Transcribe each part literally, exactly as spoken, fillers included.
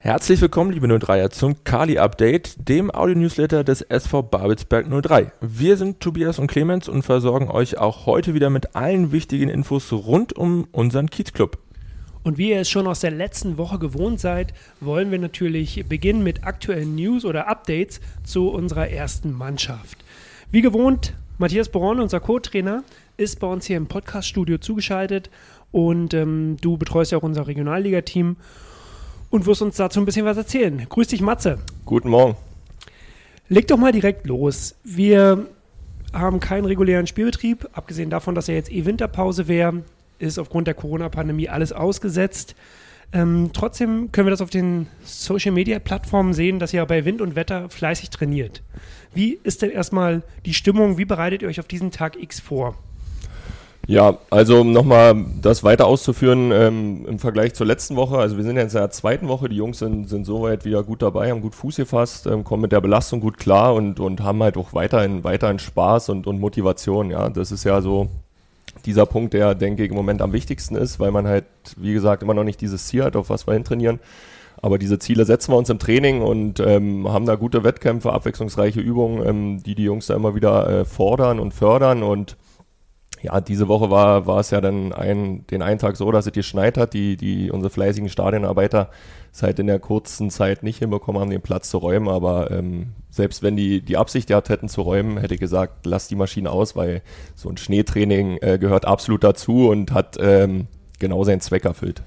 Herzlich willkommen, liebe null dreier, zum Kali-Update, dem Audio-Newsletter des S V Babelsberg null drei. Wir sind Tobias und Clemens und versorgen euch auch heute wieder mit allen wichtigen Infos rund um unseren Kiezclub. Und wie ihr es schon aus der letzten Woche gewohnt seid, wollen wir natürlich beginnen mit aktuellen News oder Updates zu unserer ersten Mannschaft. Wie gewohnt, Matthias Boron, unser Co-Trainer, ist bei uns hier im Podcast-Studio zugeschaltet und ähm, du betreust ja auch unser Regionalliga-Team und wirst uns dazu ein bisschen was erzählen. Grüß dich, Matze. Guten Morgen. Leg doch mal direkt los. Wir haben keinen regulären Spielbetrieb, abgesehen davon, dass ja jetzt eh Winterpause wäre, ist aufgrund der Corona-Pandemie alles ausgesetzt. Ähm, trotzdem können wir das auf den Social-Media-Plattformen sehen, dass ihr bei Wind und Wetter fleißig trainiert. Wie ist denn erstmal die Stimmung? Wie bereitet ihr euch auf diesen Tag X vor? Ja, also um nochmal das weiter auszuführen ähm, im Vergleich zur letzten Woche, also wir sind jetzt in der zweiten Woche, die Jungs sind, sind soweit wieder gut dabei, haben gut Fuß gefasst, ähm, kommen mit der Belastung gut klar und, und haben halt auch weiterhin, weiterhin Spaß und, und Motivation, ja, das ist ja so dieser Punkt, der, denke ich, im Moment am wichtigsten ist, weil man halt, wie gesagt, immer noch nicht dieses Ziel hat, auf was wir hin trainieren, aber diese Ziele setzen wir uns im Training und ähm, haben da gute Wettkämpfe, abwechslungsreiche Übungen, ähm, die die Jungs da immer wieder äh, fordern und fördern und ja, diese Woche war, war es ja dann ein, den einen Tag so, dass es geschneit hat, die, die, unsere fleißigen Stadionarbeiter es halt in der kurzen Zeit nicht hinbekommen haben, den Platz zu räumen, aber ähm, selbst wenn die die Absicht gehabt hätten zu räumen, hätte ich gesagt, lass die Maschine aus, weil so ein Schneetraining äh, gehört absolut dazu und hat ähm, genau seinen Zweck erfüllt.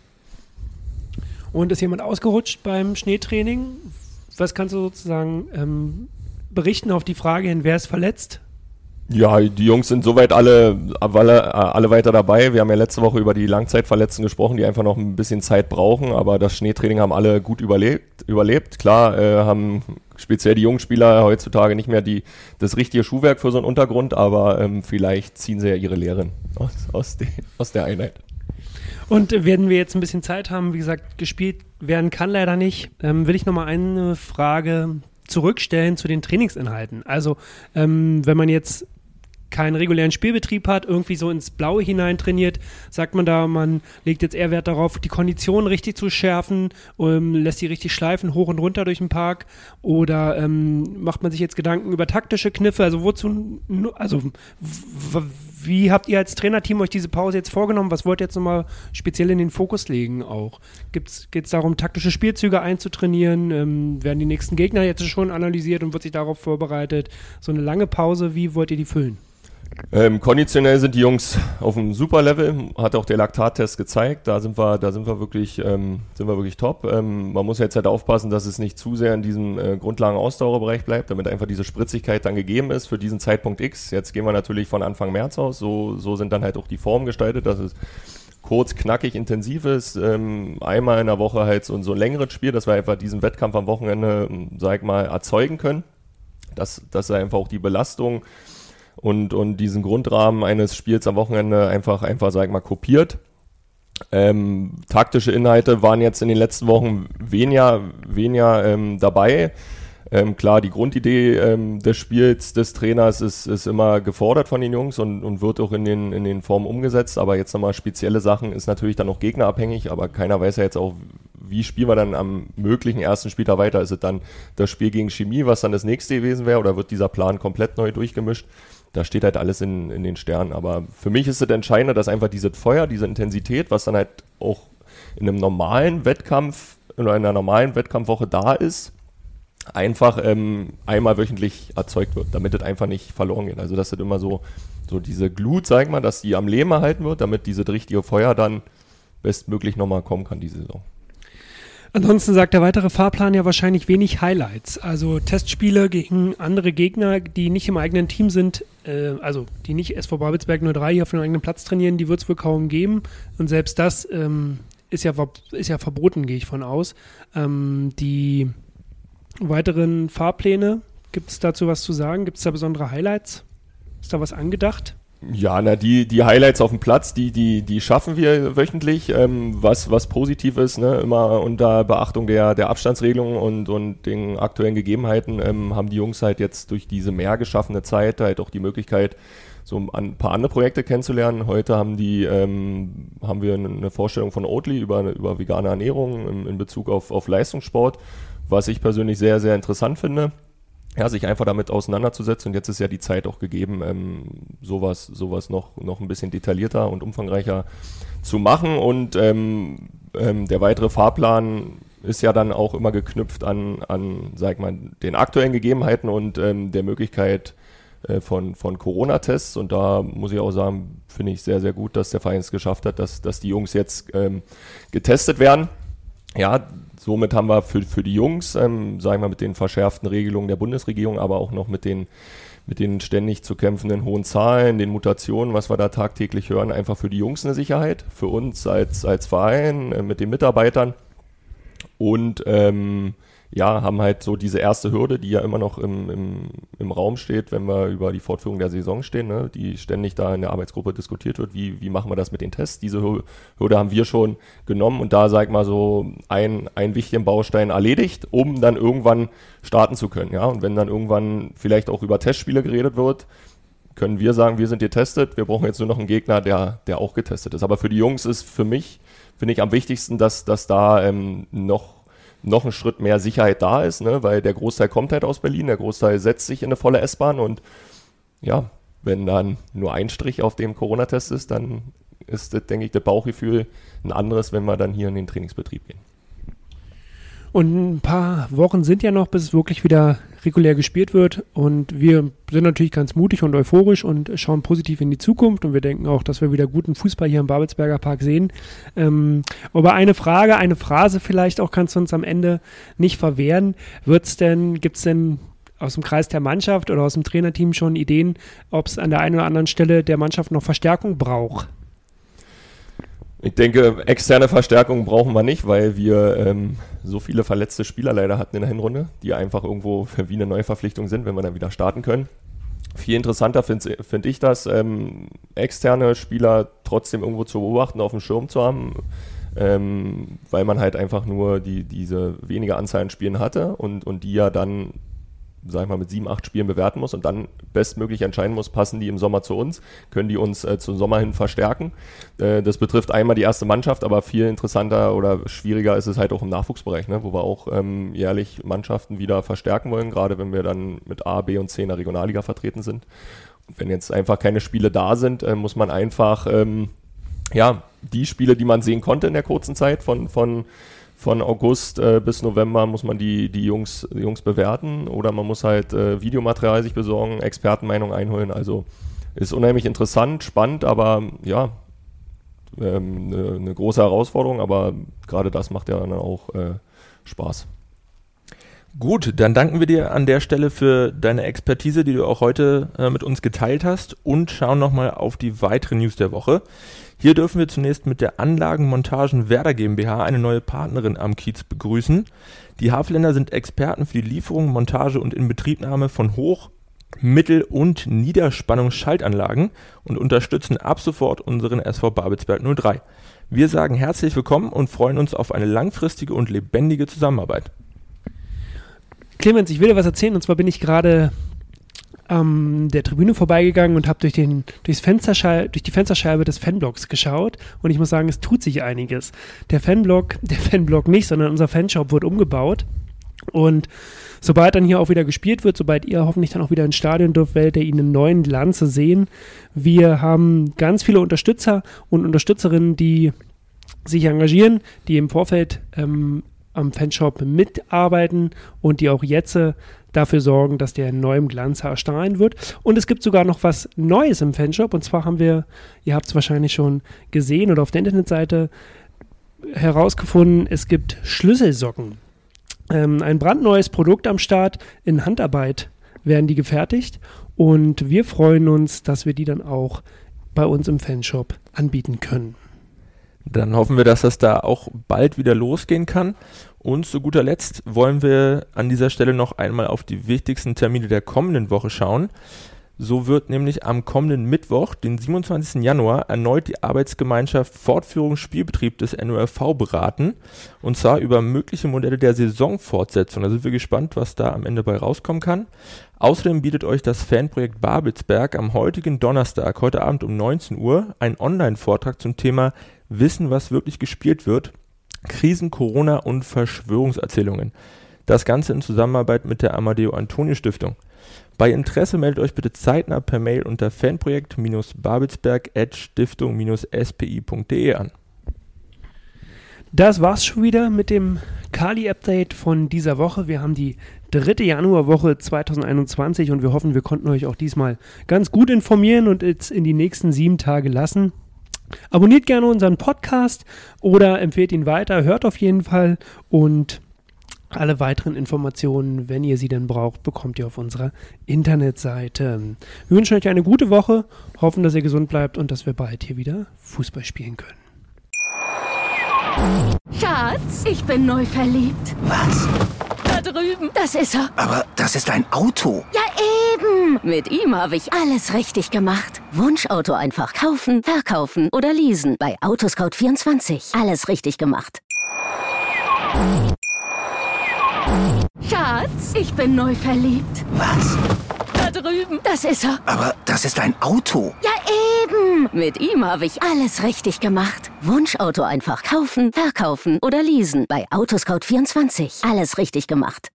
Und ist jemand ausgerutscht beim Schneetraining? Was kannst du sozusagen ähm, berichten auf die Frage hin, wer ist verletzt? Ja, die Jungs sind soweit alle, alle, alle weiter dabei. Wir haben ja letzte Woche über die Langzeitverletzten gesprochen, die einfach noch ein bisschen Zeit brauchen, aber das Schneetraining haben alle gut überlebt. überlebt. Klar, äh, haben speziell die jungen Spieler heutzutage nicht mehr die, das richtige Schuhwerk für so einen Untergrund, aber ähm, vielleicht ziehen sie ja ihre Lehren aus, aus, de, aus der Einheit. Und äh, werden wir jetzt ein bisschen Zeit haben, wie gesagt, gespielt werden kann leider nicht, ähm, will ich nochmal eine Frage zurückstellen zu den Trainingsinhalten. Also, ähm, wenn man jetzt keinen regulären Spielbetrieb hat, irgendwie so ins Blaue hinein trainiert, sagt man da, man legt jetzt eher Wert darauf, die Kondition richtig zu schärfen, ähm, lässt die richtig schleifen, hoch und runter durch den Park oder ähm, macht man sich jetzt Gedanken über taktische Kniffe, also wozu, also w- wie habt ihr als Trainerteam euch diese Pause jetzt vorgenommen, was wollt ihr jetzt nochmal speziell in den Fokus legen auch? Geht es darum, taktische Spielzüge einzutrainieren, ähm, werden die nächsten Gegner jetzt schon analysiert und wird sich darauf vorbereitet, so eine lange Pause, wie wollt ihr die füllen? Ähm, konditionell sind die Jungs auf einem super Level, hat auch der Laktattest gezeigt, da sind wir, da sind wir wirklich, ähm, sind wir wirklich top. Ähm, man muss jetzt halt aufpassen, dass es nicht zu sehr in diesem äh, Grundlagen-Ausdauerbereich bleibt, damit einfach diese Spritzigkeit dann gegeben ist für diesen Zeitpunkt X. Jetzt gehen wir natürlich von Anfang März aus, so, so sind dann halt auch die Formen gestaltet, dass es kurz, knackig, intensiv ist, ähm, einmal in der Woche halt so, so ein längeres Spiel, dass wir einfach diesen Wettkampf am Wochenende, sag ich mal, erzeugen können, dass, dass einfach auch die Belastung und, und diesen Grundrahmen eines Spiels am Wochenende einfach, einfach sag ich mal, kopiert. Ähm, taktische Inhalte waren jetzt in den letzten Wochen weniger, weniger ähm, dabei. Ähm, klar, die Grundidee ähm, des Spiels des Trainers ist, ist immer gefordert von den Jungs und, und wird auch in den, in den Formen umgesetzt, aber jetzt nochmal spezielle Sachen ist natürlich dann auch gegnerabhängig, aber keiner weiß ja jetzt auch, wie spielen wir dann am möglichen ersten Spieltag weiter. Ist es dann das Spiel gegen Chemie, was dann das nächste gewesen wäre, oder wird dieser Plan komplett neu durchgemischt? Da steht halt alles in, in den Sternen, aber für mich ist es entscheidend, dass einfach dieses Feuer, diese Intensität, was dann halt auch in einem normalen Wettkampf, in einer normalen Wettkampfwoche da ist, einfach ähm, einmal wöchentlich erzeugt wird, damit es einfach nicht verloren geht. Also dass das immer so, so diese Glut, sag ich mal, dass die am Leben erhalten wird, damit dieses richtige Feuer dann bestmöglich nochmal kommen kann diese Saison. Ansonsten sagt der weitere Fahrplan ja wahrscheinlich wenig Highlights. Also Testspiele gegen andere Gegner, die nicht im eigenen Team sind, äh, also die nicht S V Babelsberg null drei hier auf dem eigenen Platz trainieren, die wird es wohl kaum geben. Und selbst das ähm, ist, ja, ist ja verboten, gehe ich von aus. Ähm, die weiteren Fahrpläne, gibt es dazu was zu sagen? Gibt es da besondere Highlights? Ist da was angedacht? Ja, na, die, die Highlights auf dem Platz, die, die, die schaffen wir wöchentlich, ähm, was, was positiv ist, ne? Immer unter Beachtung der, der Abstandsregelungen und, und den aktuellen Gegebenheiten ähm, haben die Jungs halt jetzt durch diese mehr geschaffene Zeit halt auch die Möglichkeit, so ein paar andere Projekte kennenzulernen. Heute haben die, ähm, haben wir eine Vorstellung von Oatly über, über vegane Ernährung in, in Bezug auf, auf Leistungssport, was ich persönlich sehr, sehr interessant finde. Ja, sich einfach damit auseinanderzusetzen, und jetzt ist ja die Zeit auch gegeben, ähm, sowas, sowas noch, noch ein bisschen detaillierter und umfangreicher zu machen, und ähm, ähm, der weitere Fahrplan ist ja dann auch immer geknüpft an, an, sag ich mal, den aktuellen Gegebenheiten und ähm, der Möglichkeit äh, von, von Corona-Tests, und da muss ich auch sagen, finde ich sehr, sehr gut, dass der Verein es geschafft hat, dass, dass die Jungs jetzt ähm, getestet werden. Ja, somit haben wir für, für die Jungs, ähm, sagen wir mit den verschärften Regelungen der Bundesregierung, aber auch noch mit den, mit den ständig zu kämpfenden hohen Zahlen, den Mutationen, was wir da tagtäglich hören, einfach für die Jungs eine Sicherheit, für uns als, als Verein, äh, mit den Mitarbeitern, und ähm, ja, haben halt so diese erste Hürde, die ja immer noch im, im, im Raum steht, wenn wir über die Fortführung der Saison stehen, ne, die ständig da in der Arbeitsgruppe diskutiert wird, wie, wie machen wir das mit den Tests. Diese Hürde haben wir schon genommen, und da, sag ich mal, so ein, ein wichtigen Baustein erledigt, um dann irgendwann starten zu können. Ja? Und wenn dann irgendwann vielleicht auch über Testspiele geredet wird, können wir sagen, wir sind getestet, wir brauchen jetzt nur noch einen Gegner, der, der auch getestet ist. Aber für die Jungs ist für mich, finde ich, am wichtigsten, dass, dass da ähm, noch noch ein Schritt mehr Sicherheit da ist, ne? Weil der Großteil kommt halt aus Berlin, der Großteil setzt sich in eine volle S-Bahn, und ja, wenn dann nur ein Strich auf dem Corona-Test ist, dann ist das, denke ich, das Bauchgefühl ein anderes, wenn wir dann hier in den Trainingsbetrieb gehen. Und ein paar Wochen sind ja noch, bis es wirklich wieder regulär gespielt wird. Und wir sind natürlich ganz mutig und euphorisch und schauen positiv in die Zukunft. Und wir denken auch, dass wir wieder guten Fußball hier im Babelsberger Park sehen. Ähm, aber eine Frage, eine Phrase vielleicht auch, kannst du uns am Ende nicht verwehren. Wird's denn, gibt's denn aus dem Kreis der Mannschaft oder aus dem Trainerteam schon Ideen, ob es an der einen oder anderen Stelle der Mannschaft noch Verstärkung braucht? Ich denke, externe Verstärkung brauchen wir nicht, weil wir ähm, so viele verletzte Spieler leider hatten in der Hinrunde, die einfach irgendwo wie eine Neuverpflichtung sind, wenn wir dann wieder starten können. Viel interessanter finde find ich das, ähm, externe Spieler trotzdem irgendwo zu beobachten, auf dem Schirm zu haben, ähm, weil man halt einfach nur die, diese wenige Anzahl an Spielen hatte, und, und die ja dann, sag ich mal, mit sieben, acht Spielen bewerten muss und dann bestmöglich entscheiden muss, passen die im Sommer zu uns, können die uns äh, zum Sommer hin verstärken. Äh, das betrifft einmal die erste Mannschaft, aber viel interessanter oder schwieriger ist es halt auch im Nachwuchsbereich, ne, wo wir auch ähm, jährlich Mannschaften wieder verstärken wollen, gerade wenn wir dann mit A, B und C in der Regionalliga vertreten sind. Und wenn jetzt einfach keine Spiele da sind, äh, muss man einfach ähm, ja, die Spiele, die man sehen konnte in der kurzen Zeit von, von Von August äh, bis November muss man die, die, Jungs, die Jungs bewerten, oder man muss halt äh, Videomaterial sich besorgen, Expertenmeinung einholen. Also ist unheimlich interessant, spannend, aber ja, eine ähm, ne, ne große Herausforderung, aber gerade das macht ja dann auch äh, Spaß. Gut, dann danken wir dir an der Stelle für deine Expertise, die du auch heute äh, mit uns geteilt hast, und schauen nochmal auf die weiteren News der Woche. Hier dürfen wir zunächst mit der Anlagenmontagen Werder GmbH eine neue Partnerin am Kiez begrüßen. Die Havelländer sind Experten für die Lieferung, Montage und Inbetriebnahme von Hoch-, Mittel- und Niederspannungsschaltanlagen und unterstützen ab sofort unseren S V Babelsberg null drei. Wir sagen herzlich willkommen und freuen uns auf eine langfristige und lebendige Zusammenarbeit. Clemens, ich will dir was erzählen, und zwar bin ich gerade an der Tribüne vorbeigegangen und habe durch, den, durchs Fensterschei- durch die Fensterscheibe des Fanblocks geschaut, und ich muss sagen, es tut sich einiges. Der Fanblock, der Fanblock nicht, sondern unser Fanshop wird umgebaut, und sobald dann hier auch wieder gespielt wird, sobald ihr hoffentlich dann auch wieder ins Stadion dürft, werdet ihr ihn in neuen Glanze sehen. Wir haben ganz viele Unterstützer und Unterstützerinnen, die sich engagieren, die im Vorfeld ähm, am Fanshop mitarbeiten und die auch jetzt äh, dafür sorgen, dass der in neuem Glanz erstrahlen wird. Und es gibt sogar noch was Neues im Fanshop, und zwar haben wir, ihr habt es wahrscheinlich schon gesehen oder auf der Internetseite herausgefunden, es gibt Schlüsselsocken. Ähm, ein brandneues Produkt am Start, in Handarbeit werden die gefertigt, und wir freuen uns, dass wir die dann auch bei uns im Fanshop anbieten können. Dann hoffen wir, dass das da auch bald wieder losgehen kann. Und zu guter Letzt wollen wir an dieser Stelle noch einmal auf die wichtigsten Termine der kommenden Woche schauen. So wird nämlich am kommenden Mittwoch, den siebenundzwanzigsten Januar, erneut die Arbeitsgemeinschaft Fortführung Spielbetrieb des N O R V beraten. Und zwar über mögliche Modelle der Saisonfortsetzung. Da sind wir gespannt, was da am Ende bei rauskommen kann. Außerdem bietet euch das Fanprojekt Babelsberg am heutigen Donnerstag, heute Abend um neunzehn Uhr, einen Online-Vortrag zum Thema Wissen, was wirklich gespielt wird, Krisen, Corona und Verschwörungserzählungen. Das Ganze in Zusammenarbeit mit der Amadeo Antonio Stiftung. Bei Interesse meldet euch bitte zeitnah per Mail unter fanprojekt-babelsberg at stiftung-s p i punkt d e an. Das war's schon wieder mit dem Kali-Update von dieser Woche. Wir haben die dritte Januarwoche zweitausendeinundzwanzig und wir hoffen, wir konnten euch auch diesmal ganz gut informieren und jetzt in die nächsten sieben Tage lassen. Abonniert gerne unseren Podcast oder empfehlt ihn weiter, hört auf jeden Fall und alle weiteren Informationen, wenn ihr sie denn braucht, bekommt ihr auf unserer Internetseite. Wir wünschen euch eine gute Woche, hoffen, dass ihr gesund bleibt und dass wir bald hier wieder Fußball spielen können. Schatz, ich bin neu verliebt. Was? Da drüben. Das ist er. Aber das ist ein Auto. Ja, eben. Mit ihm habe ich alles richtig gemacht. Wunschauto einfach kaufen, verkaufen oder leasen. Bei Autoscout vierundzwanzig. Alles richtig gemacht. Schatz, ich bin neu verliebt. Was? Da drüben. Das ist er. Aber das ist ein Auto. Ja, eben. Mit ihm habe ich alles richtig gemacht. Wunschauto einfach kaufen, verkaufen oder leasen. Bei Autoscout vierundzwanzig. Alles richtig gemacht.